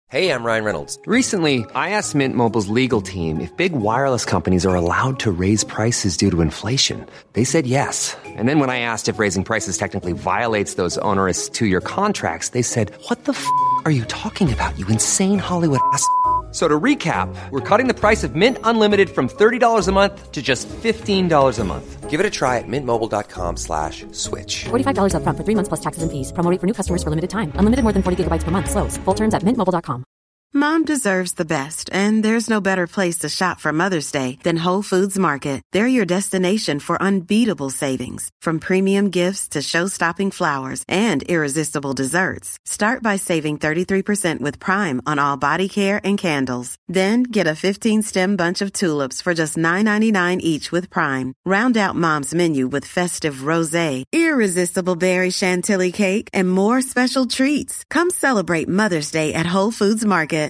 Hey, I'm Ryan Reynolds. Recently, I asked Mint Mobile's legal team if big wireless companies are allowed to raise prices due to inflation. They said yes. And then when I asked if raising prices technically violates those onerous two-year contracts, they said, "What the f*** are you talking about, you insane Hollywood ass?" So to recap, we're cutting the price of Mint Unlimited from $30 a month to just $15 a month. Give it a try at mintmobile.com/switch. $45 up front for 3 months plus taxes and fees. Promo rate for new customers for limited time. Unlimited more than 40 gigabytes per month. Slows full terms at mintmobile.com. Mom deserves the best, and there's no better place to shop for Mother's Day than Whole Foods Market. They're your destination for unbeatable savings, from premium gifts to show-stopping flowers and irresistible desserts. Start by saving 33% with Prime on all body care and candles. Then get a 15-stem bunch of tulips for just $9.99 each with Prime. Round out Mom's menu with festive rosé, irresistible berry chantilly cake, and more special treats. Come celebrate Mother's Day at Whole Foods Market.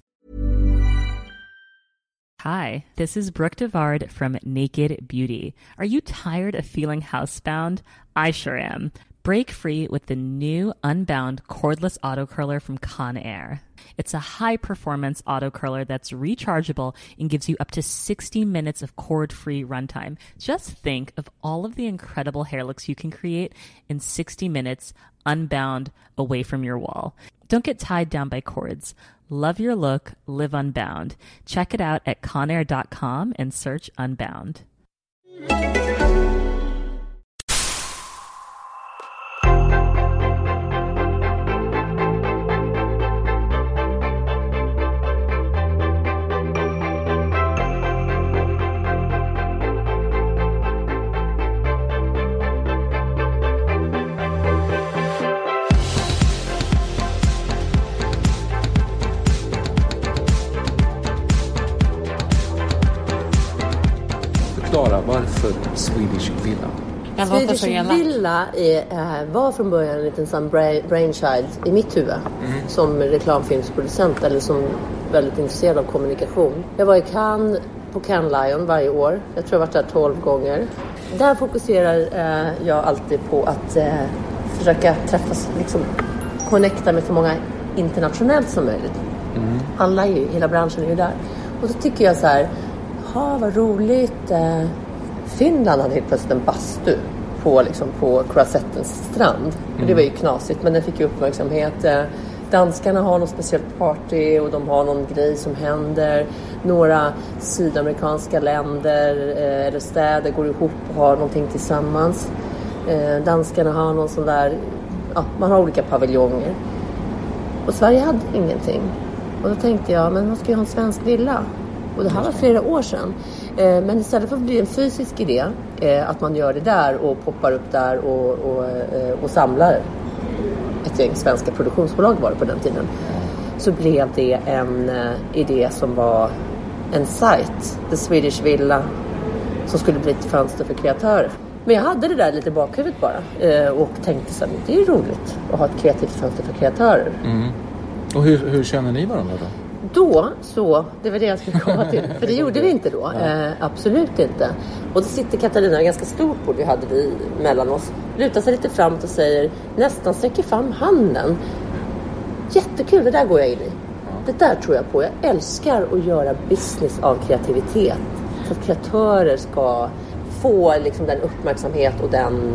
Hi, this is Brooke Devard from Naked Beauty. Are you tired of feeling housebound? I sure am. Break free with the new Unbound cordless auto curler from Conair. It's a high-performance auto curler that's rechargeable and gives you up to 60 minutes of cord-free runtime. Just think of all of the incredible hair looks you can create in 60 minutes, unbound, away from your wall. Don't get tied down by cords. Love your look, live unbound. Check it out at conair.com and search Unbound. Förklara varför Swedish Villa. Swedish Villa var från början en liten sån brainchild i mitt huvud som reklamfilmsproducent eller som väldigt intresserad av kommunikation. Jag var i Cannes på Cannes Lion varje år. Jag tror jag har varit där 12 gånger. Där fokuserar jag alltid på att försöka träffas, liksom connecta med så många internationellt som möjligt. Alla hela branschen är ju där. Och så tycker jag så här, vad roligt. Finland hade helt plötsligt en bastu på Croisettens strand. Det var ju knasigt, men den fick ju uppmärksamhet. Danskarna har något speciellt party och de har någon grej som händer. Några sydamerikanska länder eller städer går ihop och har någonting tillsammans. Danskarna har någon sån där, man har olika paviljonger. Och Sverige hade ingenting. Och då tänkte jag, men vad ska jag ha en svensk villa? Och det här var flera år sedan. Men istället för att bli en fysisk idé, att man gör det där och poppar upp där och samlar ett gäng svenska produktionsbolag var det på den tiden, så blev det en idé som var en sajt, The Swedish Villa, som skulle bli ett fönster för kreatörer. Men jag hade det där lite i bakhuvudet bara och tänkte så här, det är roligt att ha ett kreativt fönster för kreatörer. Och hur känner ni varandra då? Det var det jag skulle komma till. För det gjorde vi inte då. Absolut inte. Och då sitter Katarina, ganska stort bord vi hade mellan oss, lutar sig lite framåt och säger, nästan sträcker fram handen. Jättekul, det där går jag in i. Det där tror jag på. Jag älskar att göra business av kreativitet. Så att kreatörer ska få liksom den uppmärksamhet och den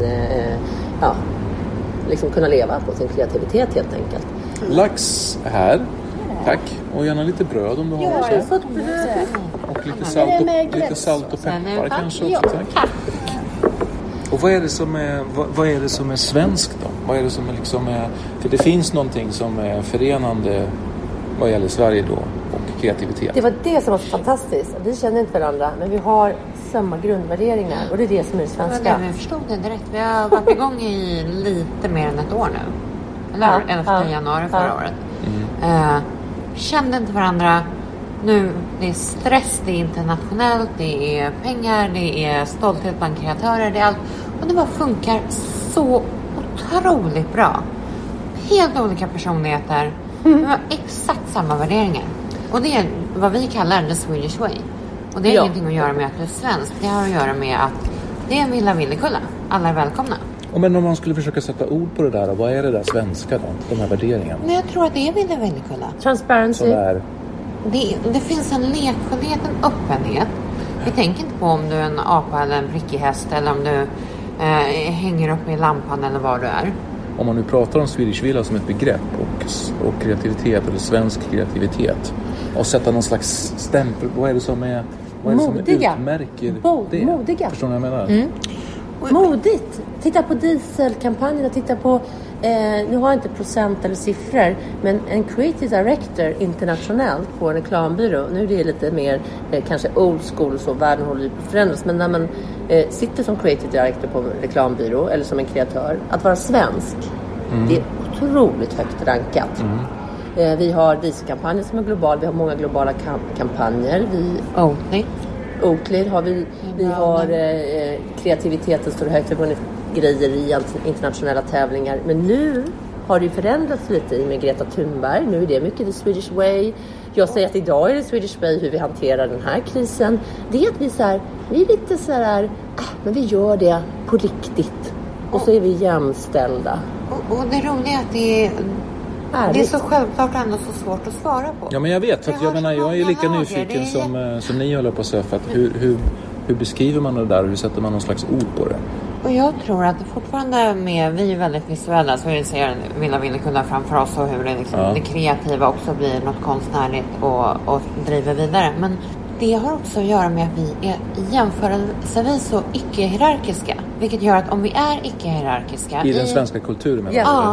liksom kunna leva på sin kreativitet helt enkelt. Lax här. Tack. Och gärna lite bröd om du har. Ja, jag har fått bröd. Och lite salt och peppar kanske också. Tack. Och vad är det som är svenskt då? Vad är det som är liksom för det finns någonting som är förenande vad gäller Sverige då och kreativitet. Det var det som var så fantastiskt. Vi känner inte varandra, men vi har samma grundvärderingar och det är det som är det svenska. Vi förstod det direkt. Vi har varit igång i lite mer än ett år nu. Eller 11 januari förra året. Kände inte varandra. Nu, det är stress, det är internationellt, det är pengar, det är stolthet bland kreatörer, det är allt. Och det bara funkar så otroligt bra. Helt olika personligheter. Vi har exakt samma värderingar. Och det är vad vi kallar the Swedish way. Och det är ingenting att göra med att det är svenskt. Det har att göra med att det är en villa Villekulla. Alla är välkomna. Men om man skulle försöka sätta ord på det där, vad är det där svenska då? De här värderingarna. Men jag tror att det är väldigt kulla. Transparency. Det finns en lekfullhet, en öppenhet. Vi tänker inte på om du är en apa eller en prickig häst eller om du hänger upp i lampan eller vad du är. Om man nu pratar om Swedish Villa som ett begrepp och kreativitet eller svensk kreativitet och sätta någon slags stämpel, vad är det som utmärker det? Modiga. Förstår ni vad jag menar? Modigt. Titta på dieselkampanjerna, titta på nu har jag inte procent eller siffror, men en creative director internationellt på en reklambyrå, nu är det lite mer kanske old school, så världen håller ju på att förändras, men när man sitter som creative director på en reklambyrå eller som en kreatör, att vara svensk, det är otroligt högt rankat. Vi har dieselkampanjer som är global, vi har många globala kampanjer. Oatly har vi har kreativiteten står högt, vi har vunnit grejer i internationella tävlingar, men nu har det ju förändrats lite med Greta Thunberg. Nu är det mycket the Swedish way. Jag säger att idag är det Swedish way hur vi hanterar den här krisen. Det är att vi är lite så här, men vi gör det på riktigt och så är vi jämställda. Och det roliga är att det är så självklart och ändå så svårt att svara på. Ja, men jag vet, för att jag är lika nyfiken som ni håller på att säga, för att hur beskriver man det där och hur sätter man någon slags ord på det? Och jag tror att fortfarande vi är väldigt visuella, så vi ser Ville kunna framför oss och hur det kreativa också blir något konstnärligt och driver vidare. Men det har också att göra med att vi är jämförelsevis så icke-hierarkiska. Vilket gör att om vi är icke-hierarkiska i den svenska kulturen,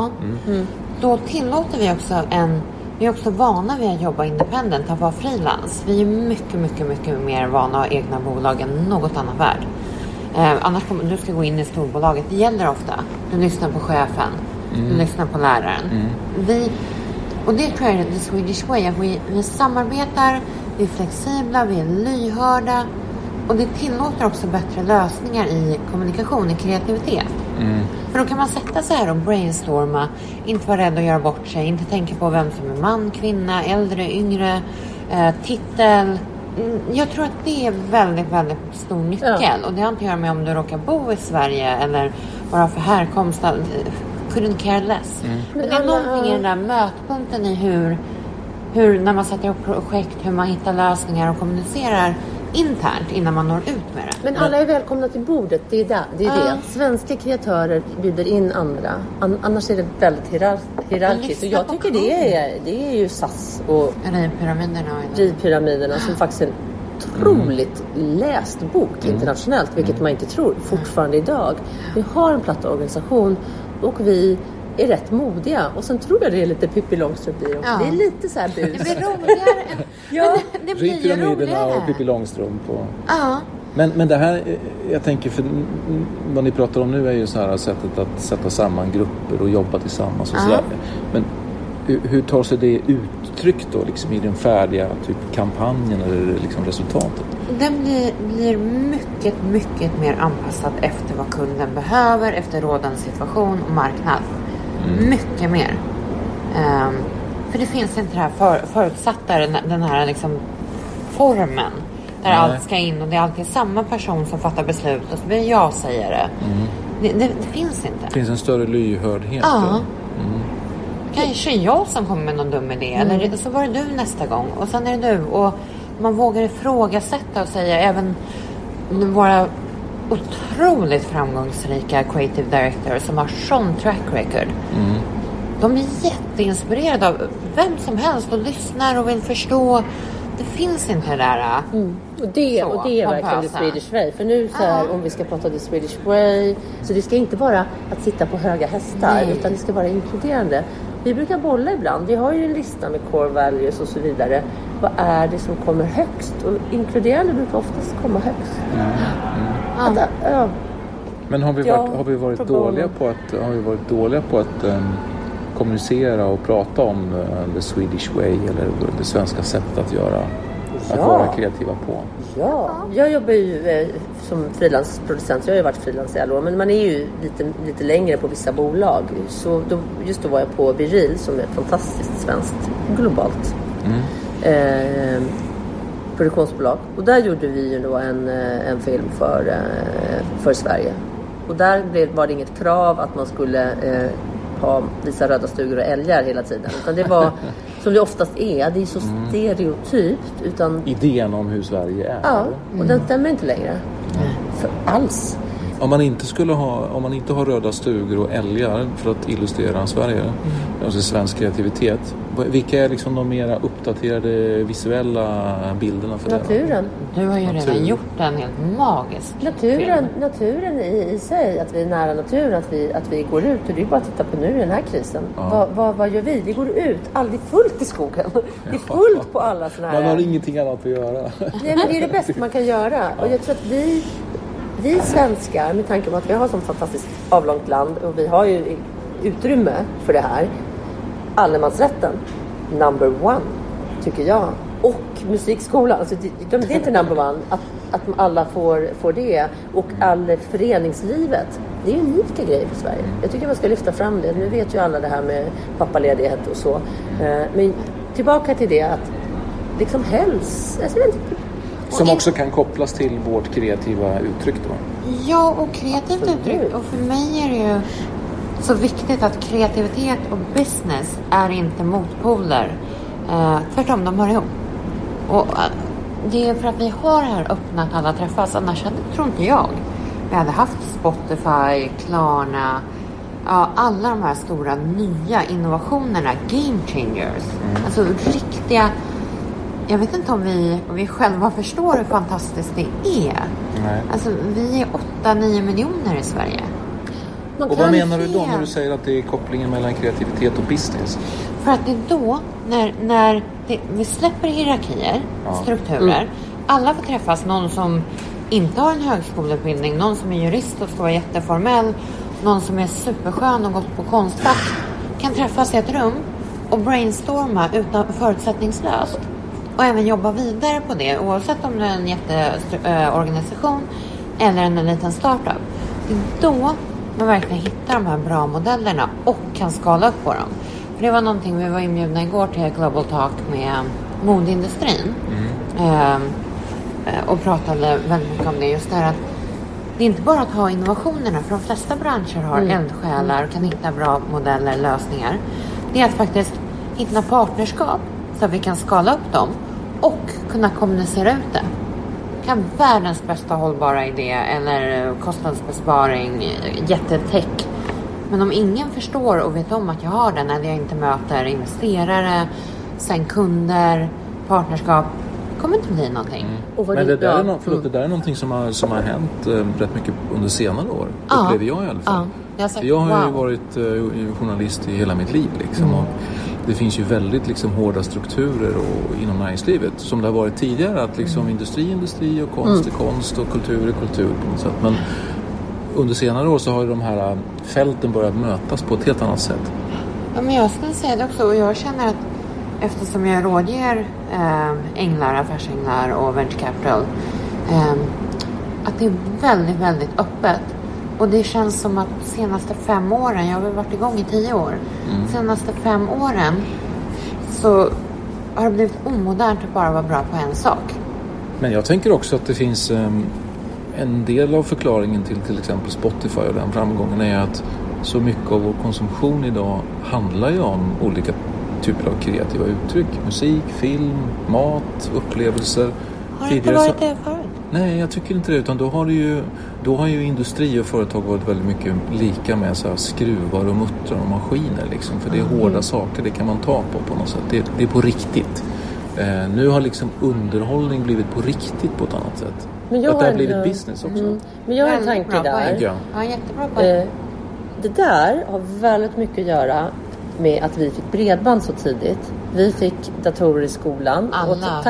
då tillåter vi också vi är också vana vid att jobba independent, att vara frilans. Vi är mycket, mycket, mycket mer vana att ha egna bolag än något annat värld. Annars du ska gå in i storbolaget, det gäller ofta. Du lyssnar på chefen, du lyssnar på läraren. Och det tror jag är the Swedish way, att vi samarbetar, vi är flexibla, vi är lyhörda. Och det tillåter också bättre lösningar i kommunikation, i kreativitet. För då kan man sätta sig här och brainstorma, inte vara rädd att göra bort sig, inte tänka på vem som är man, kvinna, äldre, yngre, titel. Jag tror att det är väldigt, väldigt stor nyckel. Ja. Och det har inte att göra med om du råkar bo i Sverige eller vara för härkomst. Couldn't care less. Men det är någonting i den där mötpunkten i hur när man sätter upp projekt, hur man hittar lösningar och kommunicerar internt innan man når ut med det. Men alla är välkomna till bordet, det är det. Svenska kreatörer bjuder in andra. Annars är det väldigt hierarkiskt. Och jag tycker det är ju SAS och Rivpyramiderna som faktiskt är en otroligt läst bok internationellt, vilket man inte tror fortfarande idag. Vi har en platt organisation och vi är rätt modiga. Och sen tror jag det är lite Pippi Långstrump i också. Ja. Det är lite så här bus. Det blir roligare. Det blir ju roligare. Och Pippi Långstrump. Men det här, jag tänker, för vad ni pratar om nu är ju så här sättet att sätta samman grupper och jobba tillsammans och sådär. Men hur tar sig det uttryck då liksom i den färdiga typ kampanjen eller liksom resultatet? Den blir mycket, mycket mer anpassad efter vad kunden behöver, efter rådande situation och marknad. Mycket mer. För det finns inte det här förutsatta, den här liksom formen där allt ska in och det är alltid samma person som fattar beslut och så blir jag säger det. Det finns inte. Det finns en större lyhördhet. Kanske jag som kommer med någon dum idé eller så var det du nästa gång och sen är det du, och man vågar ifrågasätta och säga, även våra otroligt framgångsrika creative directors som har sån track record. De är jätteinspirerade av vem som helst och lyssnar och vill förstå. Det finns inte det där. Och det är verkligen the Swedish way. För nu så här, om vi ska prata the Swedish way, så det ska inte vara att sitta på höga hästar, utan det ska vara inkluderande. Vi brukar bolla ibland. Vi har ju en lista med core values och så vidare. Vad är det som kommer högst? Och inkluderande brukar oftast komma högst. Men har vi varit dåliga på att kommunicera och prata om the Swedish way eller det svenska sättet att vara kreativa på? Ja, jag jobbar ju som frilansproducent. Jag har ju varit frilans i alla år, men man är ju lite längre på vissa bolag. Så just då var jag på Viril som är ett fantastiskt svenskt globalt produktionsbolag. Och där gjorde vi ju då en film för Sverige. Och där var det inget krav att man skulle visa röda stugor och älgar hela tiden. Utan det var, som det oftast är, det är så stereotypt. Utan... Idén om hur Sverige är. Ja, och den stämmer inte längre. För alls. Om man inte har röda stugor och älgar för att illustrera Sverige, alltså svensk kreativitet, vilka är liksom de mera uppdaterade visuella bilderna för naturen? Du har ju redan gjort en helt magisk naturen i sig, att vi är nära naturen, att vi går ut, och det är bara att titta på nu i den här krisen. Vad gör vi? Vi går ut, aldrig fullt i skogen. Det är fullt på alla såna här... Man har ingenting annat att göra. Nej, men det är det bästa man kan göra. Och jag tror att vi svenskar, med tanke på att vi har sånt fantastiskt avlångt land och vi har ju utrymme för det här, allemansrätten number 1, tycker jag, och musikskolan, alltså det är inte number 1 att alla får det, och all föreningslivet, det är ju unika grejer för Sverige. Jag tycker man ska lyfta fram det. Nu vet ju alla det här med pappaledighet och så, men tillbaka till det att liksom hälsa, alltså, som också kan kopplas till vårt kreativa uttryck då. Ja, och kreativt uttryck. Och för mig är det ju så viktigt att kreativitet och business är inte motpoler. Tvärtom, de hör ihop. Och det är för att vi har här öppnat alla träffas. Annars tror inte jag. Vi hade haft Spotify, Klarna, alla de här stora nya innovationerna, game changers. Alltså riktiga... Jag vet inte om vi själva förstår hur fantastiskt det är. Nej. Alltså, vi är 8-9 miljoner i Sverige. Och vad menar du då när du säger att det är kopplingen mellan kreativitet och business? För att det är då, när vi släpper hierarkier, strukturer. Alla får träffas, någon som inte har en högskoleutbildning, någon som är jurist och ska vara jätteformell, någon som är superskön och gått på Konstfack, kan träffas i ett rum och brainstorma utan förutsättningslöst. Och även jobba vidare på det, oavsett om det är en jätteorganisation eller en liten startup. Det är då man verkligen hittar de här bra modellerna och kan skala upp på dem. För det var någonting, vi var inbjudna igår till Global Talk med modeindustrin. Och pratade väldigt mycket om det. Just det här att det är inte bara att ha innovationerna, för de flesta branscher har eldsjälar och kan hitta bra modeller, lösningar. Det är att faktiskt hitta partnerskap så att vi kan skala upp dem och kunna kommunicera ut det. Kan världens bästa hållbara idé eller kostnadsbesparing, jättetech. Men om ingen förstår och vet om att jag har den, när jag inte möter investerare, sen kunder, partnerskap, kommer inte bli någonting. Men det där är någonting som har hänt rätt mycket under senare år. Upplever jag i alla fall. Jag har ju varit journalist i hela mitt liv liksom, och det finns ju väldigt liksom hårda strukturer inom näringslivet som det har varit tidigare, att liksom industri och konst är konst och kultur är kultur på något sätt. Men under senare år så har ju de här fälten börjat mötas på ett helt annat sätt. Ja, men jag skulle säga det också, och jag känner att eftersom jag rådger änglar, affärsänglar och venture capital, att det är väldigt, väldigt öppet. Och det känns som att senaste 5 åren, jag har väl varit igång i 10 år, senaste 5 åren så har det blivit omodernt att bara vara bra på en sak. Men jag tänker också att det finns en del av förklaringen till exempel Spotify och den framgången är att så mycket av vår konsumtion idag handlar ju om olika typer av kreativa uttryck. Musik, film, mat, upplevelser. Har det inte varit det förut? Nej, jag tycker inte det. Utan då har ju industri och företag varit väldigt mycket lika med så här skruvar och muttrar och maskiner. Liksom. För det är hårda saker, det kan man ta på något sätt. Det är på riktigt. Nu har liksom underhållning blivit på riktigt på ett annat sätt. Men att det har blivit business också. Men jag har en tanke där. Ja, jättebra poäng. Det där har väldigt mycket att göra med att vi fick bredband så tidigt. Vi fick datorer i skolan. Alla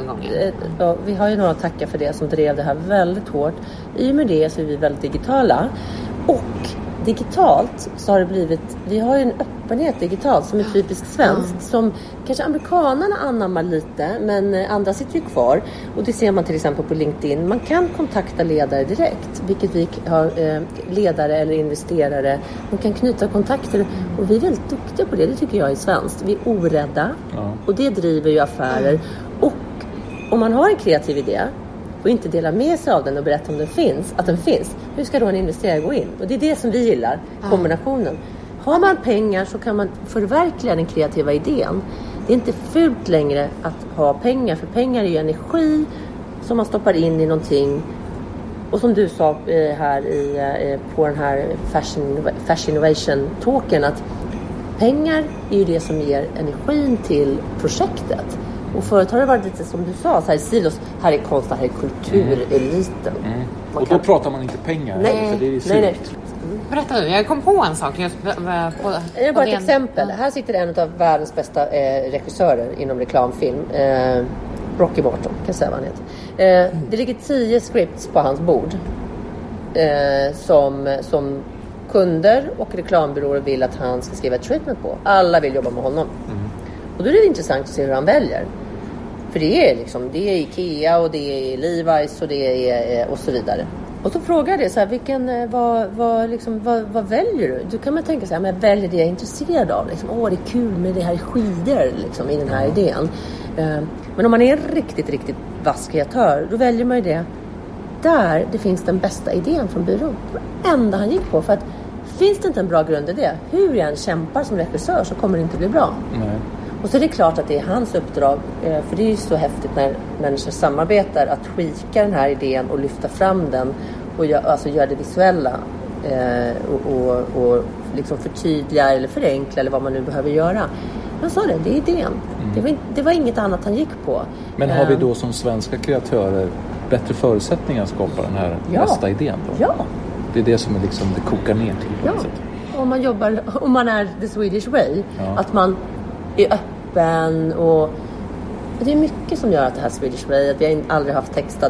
vi har ju några att tacka för det som drev det här väldigt hårt. I och med det så är vi väldigt digitala. Och digitalt så har det blivit, vi har ju en öppenhet digitalt som är typiskt svensk, som kanske amerikanerna anammar lite, men andra sitter ju kvar. Och det ser man till exempel på LinkedIn. Man kan kontakta ledare direkt, vilket vi har, ledare eller investerare. Man kan knyta kontakter och vi är väldigt duktiga på det. Det tycker jag är svenskt. Vi är orädda och det driver ju affärer. Och om man har en kreativ idé, och inte delar med sig av den och berättar om den finns, att den finns, hur ska då en investerare gå in? Och det är det som vi gillar, kombinationen. Har man pengar så kan man förverkliga den kreativa idén. Det är inte fult längre att ha pengar, för pengar är ju energi som man stoppar in i någonting. Och som du sa här på den här Fashion Innovation talken, att pengar är ju det som ger energin till projektet. Och förut har det varit lite som du sa, så här silos, här är konst, här är kultureliten. Och då pratar man inte pengar, för det är fult. Nej. Berätta nu, jag kom på en sak just på det är bara ett exempel. Här sitter en av världens bästa regissörer inom reklamfilm. Rocky Morton, kan jag säga vad han heter. Det ligger 10 scripts på hans bord. Som kunder och reklambyråer vill att han ska skriva ett treatment på. Alla vill jobba med honom. Och då är det intressant att se hur han väljer. För det är liksom, det är Ikea och det är Levi's och det är och så vidare. Och så frågar jag det så här, vad väljer du? Du kan man tänka så här, men jag väljer det jag är intresserad av. Liksom, det är kul med det här skidor liksom, i den här idén. Men om man är en riktigt, riktigt vass kreatör, då väljer man ju det där det finns den bästa idén från byrån. Det enda han gick på. För att finns det inte en bra grund i det, hur jag än kämpar som regissör så kommer det inte bli bra. Nej. Och så är det klart att det är hans uppdrag, för det är ju så häftigt när människor samarbetar, att skicka den här idén och lyfta fram den och göra det visuella och liksom förtydliga eller förenkla eller vad man nu behöver göra. Jag sa det är idén. Det var inget annat han gick på. Men har vi då som svenska kreatörer bättre förutsättningar att skapa den här nästa idén då? Ja. Det är det som är liksom, det kokar ner till på något sätt. Om man är the Swedish way, att man är öppen, och det är mycket som gör att det här Swedish way, att vi har aldrig haft textat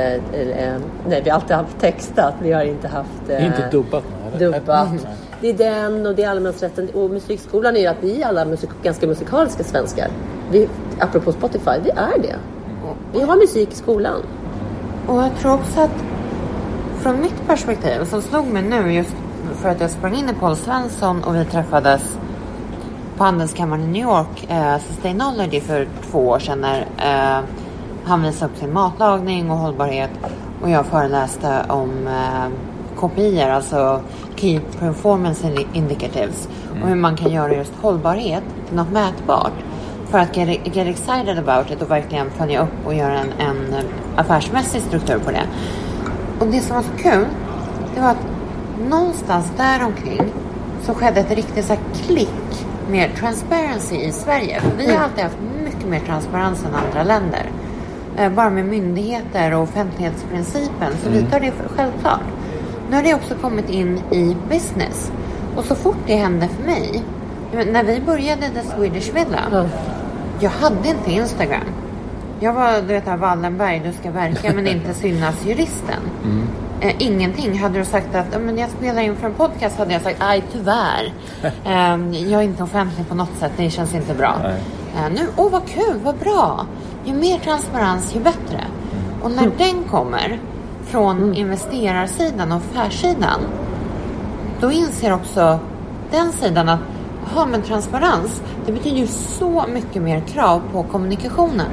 vi har alltid haft textat, vi har inte haft inte dubbat. Det är den och det är allmänrätten, och musikskolan är ju att vi är alla ganska musikaliska svenskar. Apropå Spotify, vi är det. Vi har musik i skolan. Och jag tror också att från mitt perspektiv, som slog mig nu just för att jag sprang in i Paul Svensson och vi träffades på Handelskammaren i New York, Sustainability, för 2 år sedan, när han visade upp sin matlagning och hållbarhet, och jag föreläste om KPI:er, alltså Key Performance Indicatives, och hur man kan göra just hållbarhet till något mätbart för att get excited about it och verkligen följa upp och göra en affärsmässig struktur på det. Och det som var så kul, det var att någonstans där omkring så skedde ett riktigt så här klick med transparency i Sverige. För vi har alltid haft mycket mer transparens än andra länder. Bara med myndigheter och offentlighetsprincipen, så vi tar det för självklart. Nu har det också kommit in i business. Och så fort det hände för mig, när vi började The Swedish Villa, jag hade inte Instagram. Jag var, du vet, Wallenberg, du ska verka men inte synas juristen. Ingenting. Hade du sagt att men jag spelar in för en podcast, hade jag sagt, aj tyvärr. Jag är inte offentlig på något sätt, det känns inte bra. Nu, vad kul, vad bra. Ju mer transparens, ju bättre. Och när den kommer från investerarsidan och affärssidan, då inser också den sidan att men transparens, det betyder ju så mycket mer krav på kommunikationen.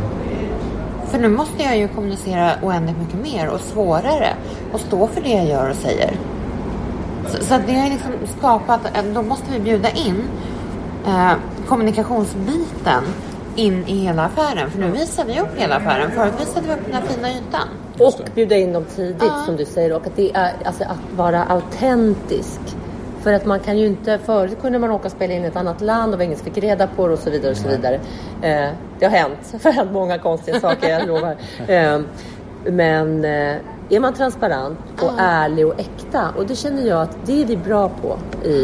För nu måste jag ju kommunicera oändligt mycket mer och svårare och stå för det jag gör och säger. Så det har liksom skapat, då måste vi bjuda in kommunikationsbiten in i hela affären. För nu visar vi upp hela affären. Förut visade vi upp den här fina ytan. Och bjuda in dem tidigt, som du säger. Och att det är alltså att vara autentisk. För att man kan ju inte, förut kunde man åka och spela in i ett annat land och ingen fick reda på det och så vidare och så vidare. Det har hänt många konstiga saker, jag lovar. Men är man transparent och ärlig och äkta, och det känner jag att det är vi bra på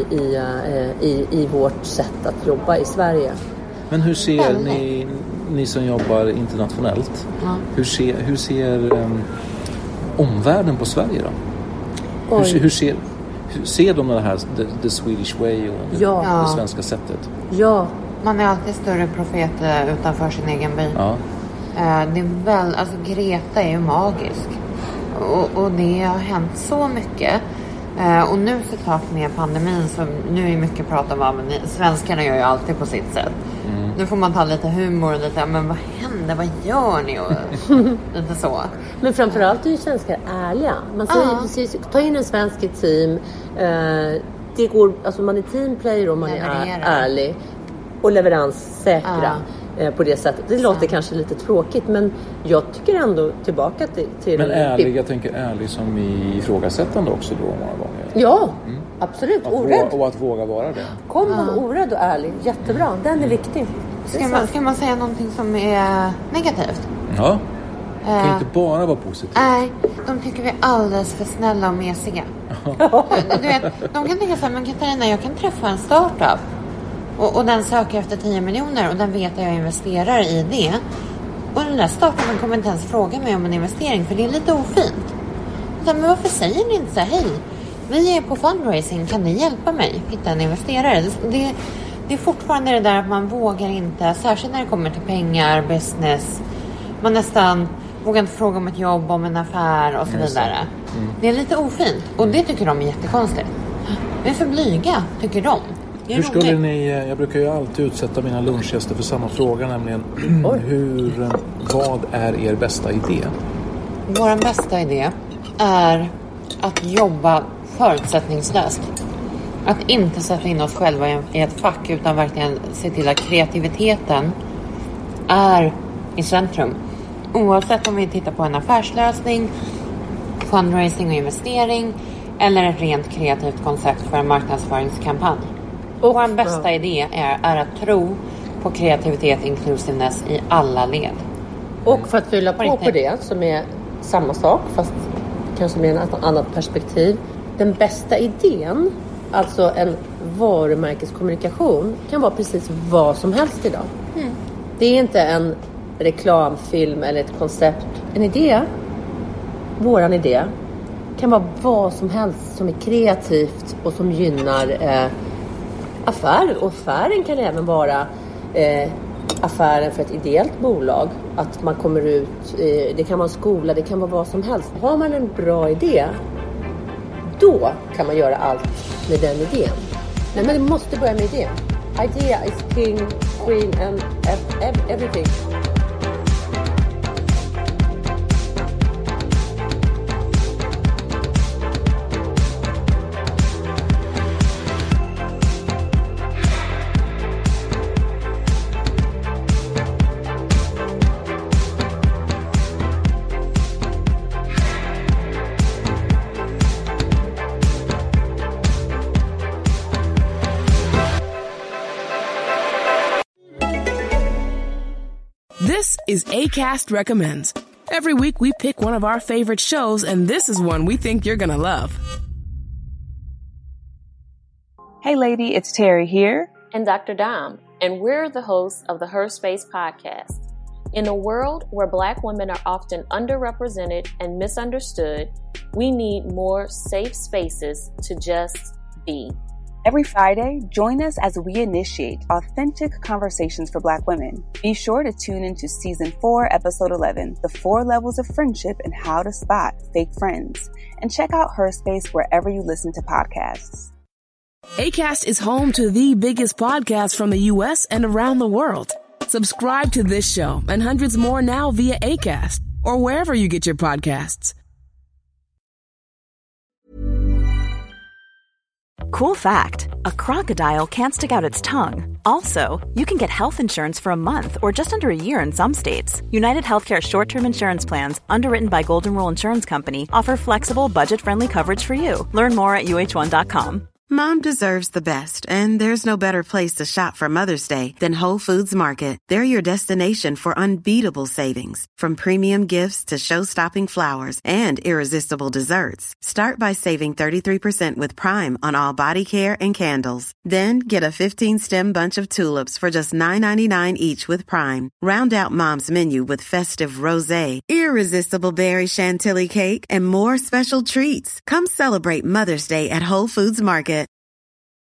i vårt sätt att jobba i Sverige. Men hur ser ni som jobbar internationellt, hur ser omvärlden på Sverige då? Hur ser de det här the Swedish way och det svenska sättet? Ja. Man är alltid större profet utanför sin egen by. Ja. Det är väl, alltså Greta är ju magisk. Och det har hänt så mycket. Och nu såklart med pandemin, så nu är mycket prat om vad svenskarna gör ju alltid på sitt sätt. Nu får man ta lite humor och lite, men vad händer, vad gör ni? Och lite så. Men framförallt är ju svenskar ärliga. Man säger, ta in en svensk i team. Det går, alltså man är teamplayer och man är ärlig. Och leveranssäkra på det sättet. Det låter kanske lite tråkigt, men jag tycker ändå tillbaka till men ärlig, jag tänker ärlig som i ifrågasättande också då många gånger. Ja, absolut. Orädd. Och att våga vara det. Kom orädd och ärlig. Jättebra. Den är viktig. Ska man säga någonting som är negativt? Ja. Det kan inte bara vara positivt. Nej, de tycker vi är alldeles för snälla och mesiga. Du vet, de kan tänka så här, men Katarina, jag kan träffa en startup. Och den söker efter 10 miljoner och den vet att jag investerar i det. Och den där startupen kommer inte ens fråga mig om en investering, för det är lite ofint. Så, men varför säger ni inte så här, hej, vi är på fundraising, kan ni hjälpa mig hitta en investerare? Det är fortfarande det där att man vågar inte, särskilt när det kommer till pengar, business. Man nästan vågar inte fråga om ett jobb, om en affär och så vidare. Det är lite ofint och det tycker de är jättekonstigt. Vi är för blyga, tycker de. Hur skulle ni, jag brukar ju alltid utsätta mina lunchgäster för samma fråga, nämligen vad är er bästa idé? Vår bästa idé är att jobba förutsättningslöst. Att inte sätta in oss själva i ett fack, utan verkligen se till att kreativiteten är i centrum. Oavsett om vi tittar på en affärslösning, fundraising och investering eller ett rent kreativt koncept för en marknadsföringskampanj. Och vår bästa idé är att tro på kreativitet, inclusiveness i alla led. Och för att fylla på det, som är samma sak fast kanske med ett annat perspektiv. Den bästa idén, alltså en varumärkeskommunikation, kan vara precis vad som helst idag. Det är inte en reklamfilm eller ett koncept. En idé, våran idé, kan vara vad som helst som är kreativt och som gynnar affären. Och affären kan även vara affären för ett ideellt bolag. Att man kommer ut, det kan vara en skola, det kan vara vad som helst. Har man en bra idé, då kan man göra allt med den idén. Nej, men det måste börja med idén. Idea is king, queen and everything. This is Acast Recommends. Every week we pick one of our favorite shows, and this is one we think you're gonna love. Hey lady, it's Terry here. And Dr. Dom, and we're the hosts of the Her Space podcast. In a world where Black women are often underrepresented and misunderstood, we need more safe spaces to just be. Every Friday, join us as we initiate authentic conversations for Black women. Be sure to tune into Season 4, Episode 11, The 4 Levels of Friendship and How to Spot Fake Friends. And check out Her Space wherever you listen to podcasts. Acast is home to the biggest podcasts from the U.S. and around the world. Subscribe to this show and hundreds more now via Acast or wherever you get your podcasts. Cool fact, a crocodile can't stick out its tongue. Also, you can get health insurance for a month or just under a year in some states. United Healthcare short-term insurance plans, underwritten by Golden Rule Insurance Company, offer flexible, budget-friendly coverage for you. Learn more at uh1.com. Mom deserves the best, and there's no better place to shop for Mother's Day than Whole Foods Market. They're your destination for unbeatable savings, from premium gifts to show-stopping flowers and irresistible desserts. Start by saving 33% with Prime on all body care and candles. Then get a 15-stem bunch of tulips for just $9.99 each with Prime. Round out Mom's menu with festive rosé, irresistible berry chantilly cake, and more special treats. Come celebrate Mother's Day at Whole Foods Market.